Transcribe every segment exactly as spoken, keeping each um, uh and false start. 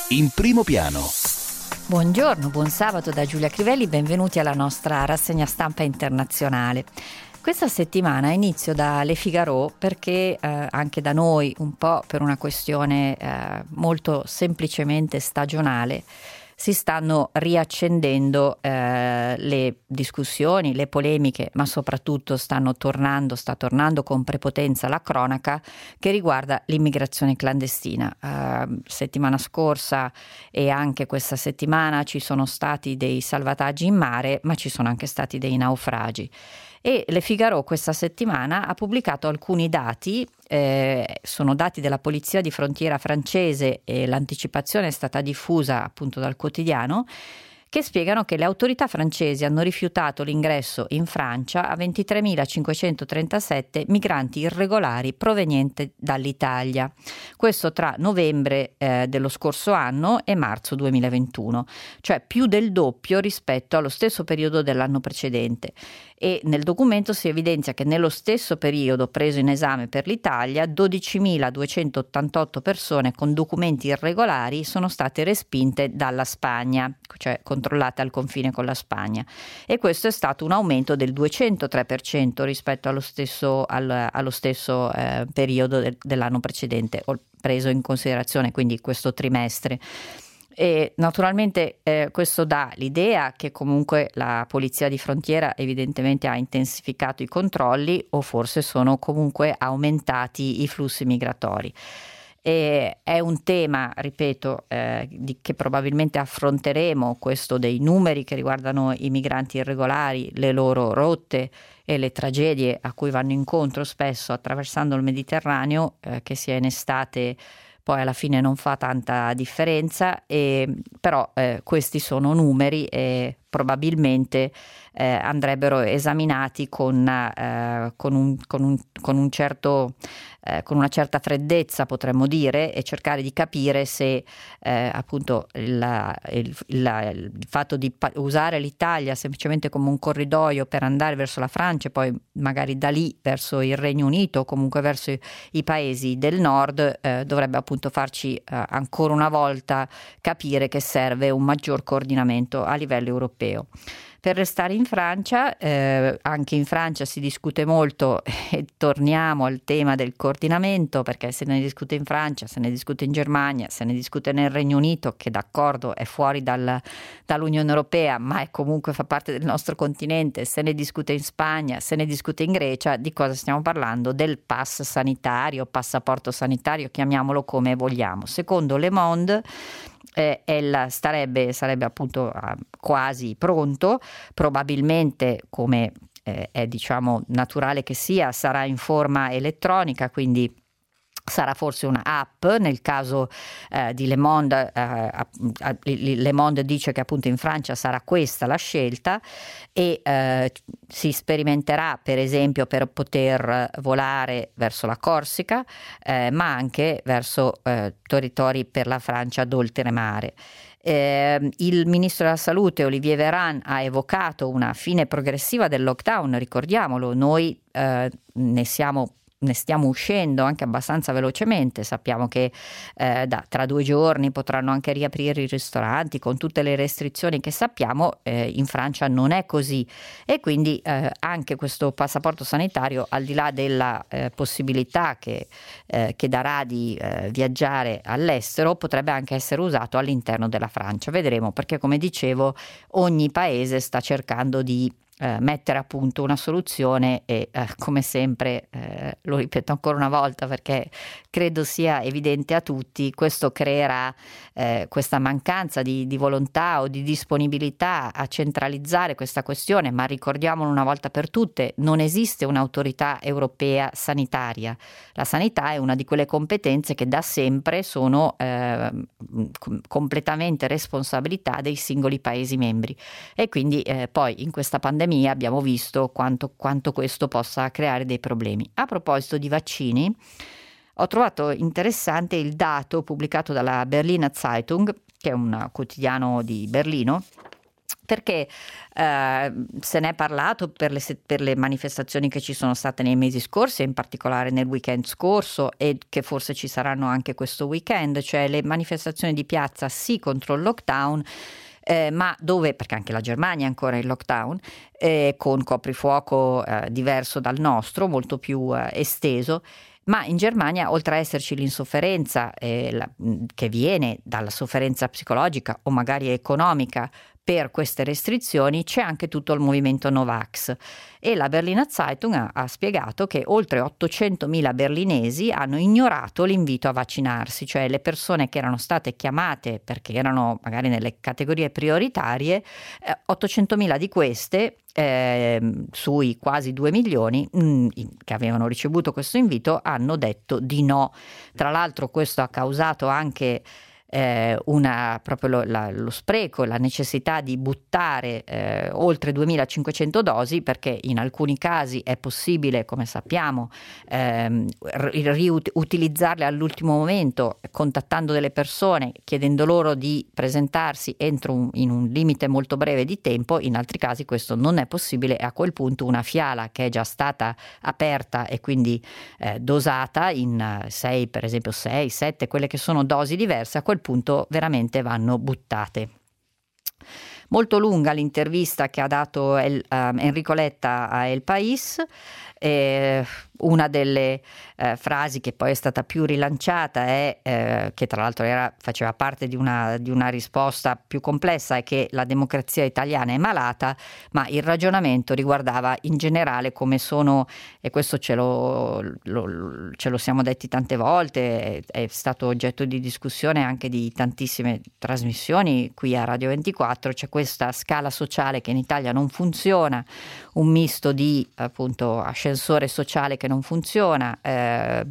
In primo piano. Buongiorno, buon sabato da Giulia Crivelli, benvenuti alla nostra rassegna stampa internazionale. Questa settimana inizio da Le Figaro perché eh, anche da noi, un po' per una questione eh, molto semplicemente stagionale, si stanno riaccendendo eh, le discussioni, le polemiche, ma soprattutto stanno tornando, sta tornando con prepotenza la cronaca che riguarda l'immigrazione clandestina. Uh, settimana scorsa e anche questa settimana ci sono stati dei salvataggi in mare, ma ci sono anche stati dei naufragi. E Le Figaro questa settimana ha pubblicato alcuni dati, eh, sono dati della polizia di frontiera francese e l'anticipazione è stata diffusa appunto dal quotidiano, che spiegano che le autorità francesi hanno rifiutato l'ingresso in Francia a ventitremilacinquecentotrentasette migranti irregolari provenienti dall'Italia. Questo tra novembre eh, dello scorso anno e marzo duemilaventuno, cioè più del doppio rispetto allo stesso periodo dell'anno precedente. E nel documento si evidenzia che nello stesso periodo preso in esame per l'Italia dodicimiladuecentottantotto persone con documenti irregolari sono state respinte dalla Spagna, cioè controllate al confine con la Spagna, e questo è stato un aumento del duecentotré per cento rispetto allo stesso, al, allo stesso eh, periodo de, dell'anno precedente, preso in considerazione quindi questo trimestre. E naturalmente eh, questo dà l'idea che comunque la polizia di frontiera evidentemente ha intensificato i controlli o forse sono comunque aumentati i flussi migratori. E è un tema, ripeto, eh, di, che probabilmente affronteremo, questo dei numeri che riguardano i migranti irregolari, le loro rotte e le tragedie a cui vanno incontro spesso attraversando il Mediterraneo, eh, che sia in estate poi alla fine non fa tanta differenza, e, però eh, questi sono numeri e probabilmente eh, andrebbero esaminati con, eh, con, un, con, un, con un certo eh, con una certa freddezza, potremmo dire, e cercare di capire se eh, appunto il, il, il, il fatto di pa- usare l'Italia semplicemente come un corridoio per andare verso la Francia e poi magari da lì verso il Regno Unito o comunque verso i, i paesi del nord eh, dovrebbe appunto farci eh, ancora una volta capire che serve un maggior coordinamento a livello europeo. Per restare in Francia, eh, anche in Francia si discute molto e torniamo al tema del coordinamento, perché se ne discute in Francia, se ne discute in Germania, se ne discute nel Regno Unito, che d'accordo è fuori dal, dall'Unione Europea, ma è comunque fa parte del nostro continente, se ne discute in Spagna, se ne discute in Grecia. Di cosa stiamo parlando? Del pass sanitario, passaporto sanitario, chiamiamolo come vogliamo. Secondo Le Monde, Eh, ella starebbe, sarebbe appunto eh, quasi pronto, probabilmente, come eh, è diciamo naturale che sia, sarà in forma elettronica, quindi sarà forse una app. Nel caso eh, di Le Monde, eh, Le Monde dice che appunto in Francia sarà questa la scelta e eh, si sperimenterà per esempio per poter volare verso la Corsica, eh, ma anche verso eh, territori per la Francia d'oltremare. Eh, il ministro della Salute Olivier Véran ha evocato una fine progressiva del lockdown, ricordiamolo, noi eh, ne siamo ne stiamo uscendo anche abbastanza velocemente. Sappiamo che eh, da, tra due giorni potranno anche riaprire i ristoranti con tutte le restrizioni che sappiamo. Eh, in Francia non è così e quindi eh, anche questo passaporto sanitario, al di là della eh, possibilità che, eh, che darà di eh, viaggiare all'estero, potrebbe anche essere usato all'interno della Francia. Vedremo, perché come dicevo ogni paese sta cercando di Eh, mettere a punto una soluzione e eh, come sempre, eh, lo ripeto ancora una volta perché credo sia evidente a tutti, questo creerà eh, questa mancanza di, di volontà o di disponibilità a centralizzare questa questione, ma ricordiamolo una volta per tutte, non esiste un'autorità europea sanitaria. La sanità è una di quelle competenze che da sempre sono eh, com- completamente responsabilità dei singoli paesi membri e quindi eh, poi in questa pandemia abbiamo visto quanto, quanto questo possa creare dei problemi. A proposito di vaccini, ho trovato interessante il dato pubblicato dalla Berliner Zeitung, che è un quotidiano di Berlino, perché eh, se ne è parlato per le, per le manifestazioni che ci sono state nei mesi scorsi, e in particolare nel weekend scorso, e che forse ci saranno anche questo weekend, cioè le manifestazioni di piazza sì contro il lockdown, eh, ma dove, perché anche la Germania è ancora in lockdown, eh, con coprifuoco eh, diverso dal nostro, molto più eh, esteso. Ma in Germania, oltre a esserci l'insofferenza eh, la, che viene dalla sofferenza psicologica o magari economica per queste restrizioni, c'è anche tutto il movimento Novax, e la Berliner Zeitung ha, ha spiegato che oltre ottocentomila berlinesi hanno ignorato l'invito a vaccinarsi, cioè le persone che erano state chiamate perché erano magari nelle categorie prioritarie, eh, ottocentomila di queste eh, sui quasi due milioni mh, che avevano ricevuto questo invito hanno detto di no. Tra l'altro questo ha causato anche Eh, una, proprio lo, la, lo spreco, la necessità di buttare eh, oltre duemilacinquecento dosi, perché in alcuni casi è possibile, come sappiamo, ehm, riutilizzarle all'ultimo momento, contattando delle persone, chiedendo loro di presentarsi entro un, in un limite molto breve di tempo. In altri casi questo non è possibile, e a quel punto una fiala che è già stata aperta e quindi eh, dosata in sei, per esempio sei, sette, quelle che sono dosi diverse, a quel punto veramente vanno buttate. Molto lunga l'intervista che ha dato El, um, Enrico Letta a El País. Eh, una delle eh, frasi che poi è stata più rilanciata è eh, che tra l'altro era, faceva parte di una, di una risposta più complessa, è che la democrazia italiana è malata, ma il ragionamento riguardava in generale come sono, e questo ce lo, lo, ce lo siamo detti tante volte, è, è stato oggetto di discussione anche di tantissime trasmissioni qui a Radio ventiquattro. C'è questa scala sociale che in Italia non funziona, un misto di appunto ascensore sociale che non funziona, eh,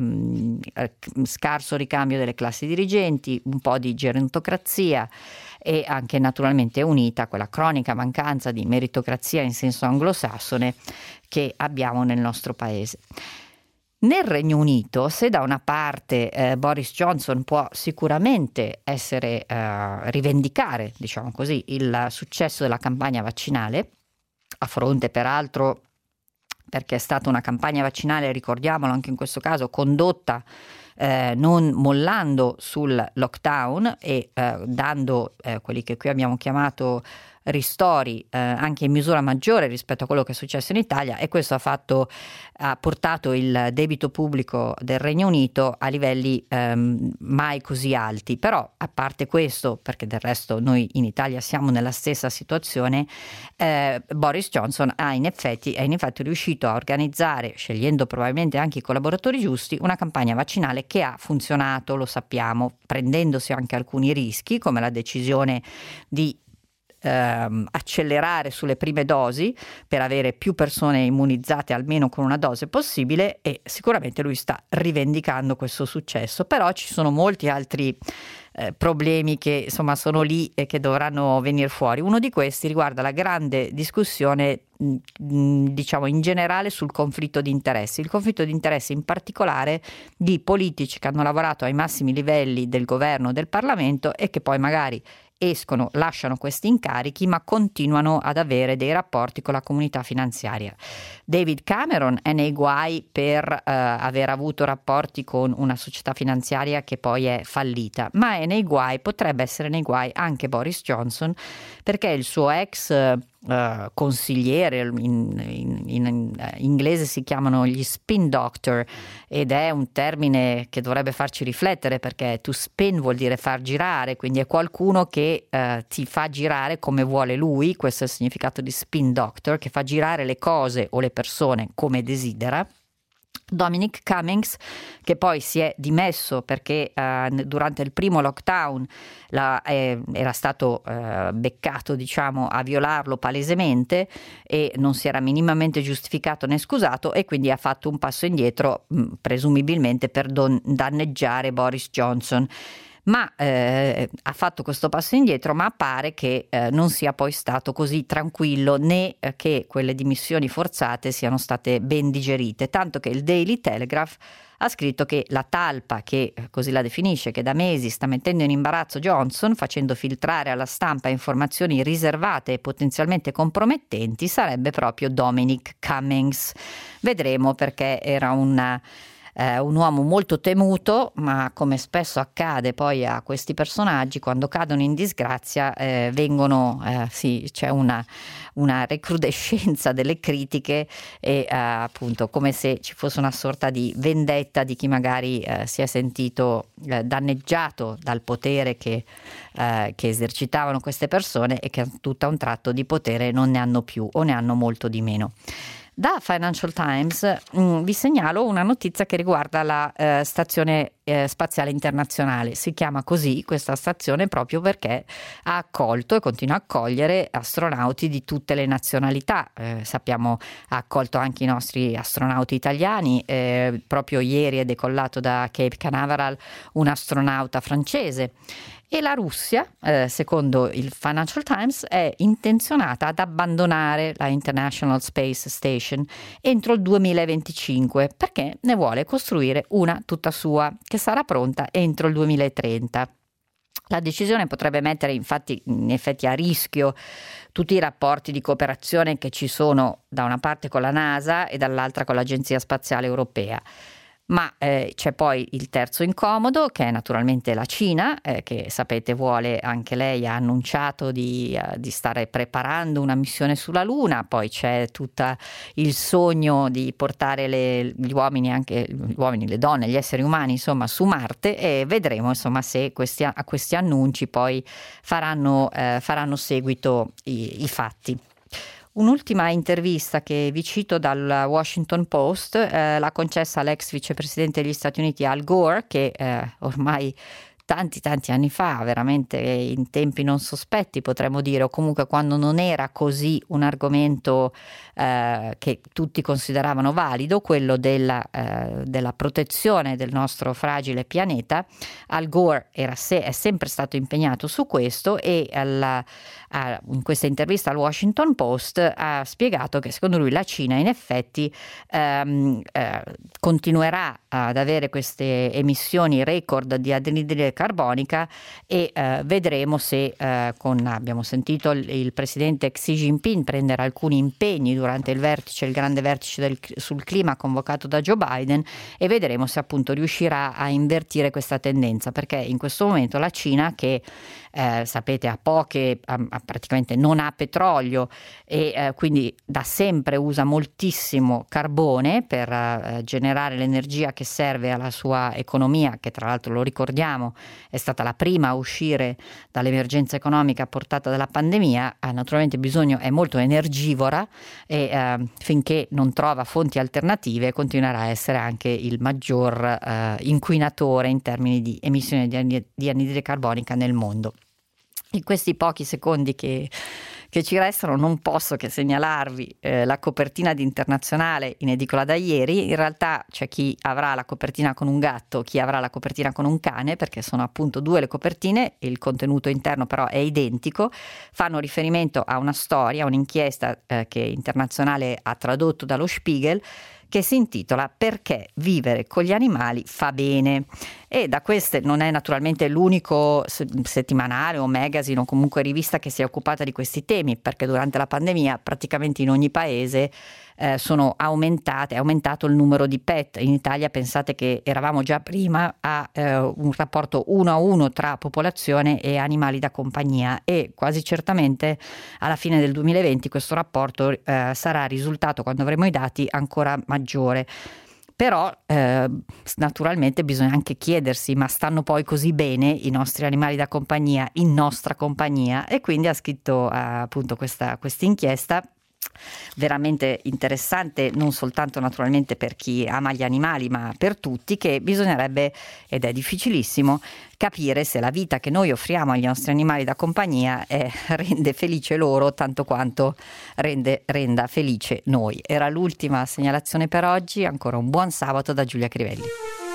scarso ricambio delle classi dirigenti, un po' di gerontocrazia e anche naturalmente unita quella cronica mancanza di meritocrazia in senso anglosassone che abbiamo nel nostro paese. Nel Regno Unito, se da una parte eh, Boris Johnson può sicuramente essere eh, rivendicare, diciamo così, il successo della campagna vaccinale, a fronte peraltro, perché è stata una campagna vaccinale, ricordiamolo anche in questo caso, condotta eh, non mollando sul lockdown e eh, dando eh, quelli che qui abbiamo chiamato ristori eh, anche in misura maggiore rispetto a quello che è successo in Italia, e questo ha fatto ha portato il debito pubblico del Regno Unito a livelli ehm, mai così alti. Però a parte questo, perché del resto noi in Italia siamo nella stessa situazione, eh, Boris Johnson ha in effetti è in effetti riuscito a organizzare, scegliendo probabilmente anche i collaboratori giusti, una campagna vaccinale che ha funzionato, lo sappiamo, prendendosi anche alcuni rischi, come la decisione di Ehm, accelerare sulle prime dosi per avere più persone immunizzate almeno con una dose possibile, e sicuramente lui sta rivendicando questo successo. Però ci sono molti altri eh, problemi che insomma sono lì e che dovranno venire fuori. Uno di questi riguarda la grande discussione mh, diciamo in generale sul conflitto di interessi, il conflitto di interessi in particolare di politici che hanno lavorato ai massimi livelli del governo, del Parlamento, e che poi magari escono, lasciano questi incarichi, ma continuano ad avere dei rapporti con la comunità finanziaria. David Cameron è nei guai per eh, aver avuto rapporti con una società finanziaria che poi è fallita, ma è nei guai, potrebbe essere nei guai anche Boris Johnson, perché il suo ex Uh, consigliere, in, in, in inglese si chiamano gli spin doctor, ed è un termine che dovrebbe farci riflettere, perché to spin vuol dire far girare, quindi è qualcuno che uh, ti fa girare come vuole lui. Questo è il significato di spin doctor, che fa girare le cose o le persone come desidera. Dominic Cummings, che poi si è dimesso perché eh, durante il primo lockdown la, eh, era stato eh, beccato, diciamo, a violarlo palesemente e non si era minimamente giustificato né scusato, e quindi ha fatto un passo indietro, mh, presumibilmente per don- danneggiare Boris Johnson. ma eh, ha fatto questo passo indietro, ma pare che eh, non sia poi stato così tranquillo, né eh, che quelle dimissioni forzate siano state ben digerite, tanto che il Daily Telegraph ha scritto che la talpa, che così la definisce, che da mesi sta mettendo in imbarazzo Johnson, facendo filtrare alla stampa informazioni riservate e potenzialmente compromettenti, sarebbe proprio Dominic Cummings. Vedremo, perché era una Eh, un uomo molto temuto, ma come spesso accade poi a questi personaggi, quando cadono in disgrazia eh, vengono, eh, sì, c'è una, una recrudescenza delle critiche e eh, appunto come se ci fosse una sorta di vendetta di chi magari eh, si è sentito eh, danneggiato dal potere che, eh, che esercitavano queste persone e che a tutto a un tratto di potere non ne hanno più o ne hanno molto di meno. Da Financial Times mh, vi segnalo una notizia che riguarda la eh, stazione eh, spaziale internazionale. Si chiama così questa stazione proprio perché ha accolto e continua a accogliere astronauti di tutte le nazionalità. Eh, sappiamo ha accolto anche i nostri astronauti italiani. Eh, proprio ieri è decollato da Cape Canaveral un astronauta francese. E la Russia, eh, secondo il Financial Times, è intenzionata ad abbandonare la International Space Station entro il duemilaventicinque, perché ne vuole costruire una tutta sua, che sarà pronta entro il duemilatrenta. La decisione potrebbe mettere infatti in effetti a rischio tutti i rapporti di cooperazione che ci sono da una parte con la NASA e dall'altra con l'Agenzia Spaziale Europea. Ma eh, c'è poi il terzo incomodo, che è naturalmente la Cina, eh, che sapete vuole, anche lei ha annunciato di, uh, di stare preparando una missione sulla Luna. Poi c'è tutto il sogno di portare le, gli uomini, anche gli uomini, le donne, gli esseri umani insomma su Marte, e vedremo insomma se questi, a questi annunci poi faranno, eh, faranno seguito i, i fatti. Un'ultima intervista che vi cito dal Washington Post eh, l'ha concessa l'ex vicepresidente degli Stati Uniti Al Gore, che eh, ormai tanti tanti anni fa, veramente in tempi non sospetti potremmo dire, o comunque quando non era così un argomento eh, che tutti consideravano valido, quello della, eh, della protezione del nostro fragile pianeta. Al Gore era se- è sempre stato impegnato su questo e alla, a, in questa intervista al Washington Post ha spiegato che secondo lui la Cina in effetti ehm, eh, continuerà ad avere queste emissioni record di anidride carbonica e eh, vedremo se eh, con abbiamo sentito il, il presidente Xi Jinping prendere alcuni impegni durante il vertice, il grande vertice del, sul clima convocato da Joe Biden, e vedremo se appunto riuscirà a invertire questa tendenza, perché in questo momento la Cina, che eh, sapete ha poche, ha, ha praticamente non ha petrolio e eh, quindi da sempre usa moltissimo carbone per eh, generare l'energia che serve alla sua economia, che tra l'altro lo ricordiamo è stata la prima a uscire dall'emergenza economica portata dalla pandemia, ha naturalmente bisogno, è molto energivora e eh, finché non trova fonti alternative continuerà a essere anche il maggior eh, inquinatore in termini di emissioni di, di anidride carbonica nel mondo. In questi pochi secondi che che ci restano non posso che segnalarvi eh, la copertina di Internazionale in edicola da ieri. In realtà c'è chi avrà la copertina con un gatto, chi avrà la copertina con un cane, perché sono appunto due le copertine, il contenuto interno però è identico, fanno riferimento a una storia, un'inchiesta eh, che Internazionale ha tradotto dallo Spiegel, che si intitola "Perché vivere con gli animali fa bene". E da queste non è naturalmente l'unico settimanale o magazine o comunque rivista che si è occupata di questi temi, perché durante la pandemia praticamente in ogni paese eh, sono aumentate, è aumentato il numero di pet. In Italia pensate che eravamo già prima a eh, un rapporto uno a uno tra popolazione e animali da compagnia, e quasi certamente alla fine del duemilaventi questo rapporto eh, sarà risultato, quando avremo i dati, ancora maggiore. Però eh, naturalmente bisogna anche chiedersi: ma stanno poi così bene i nostri animali da compagnia in nostra compagnia? E quindi ha scritto eh, appunto questa inchiesta veramente interessante, non soltanto naturalmente per chi ama gli animali, ma per tutti, che bisognerebbe, ed è difficilissimo, capire se la vita che noi offriamo agli nostri animali da compagnia eh, rende felice loro tanto quanto rende, renda felice noi. Era l'ultima segnalazione per oggi, ancora un buon sabato da Giulia Crivelli.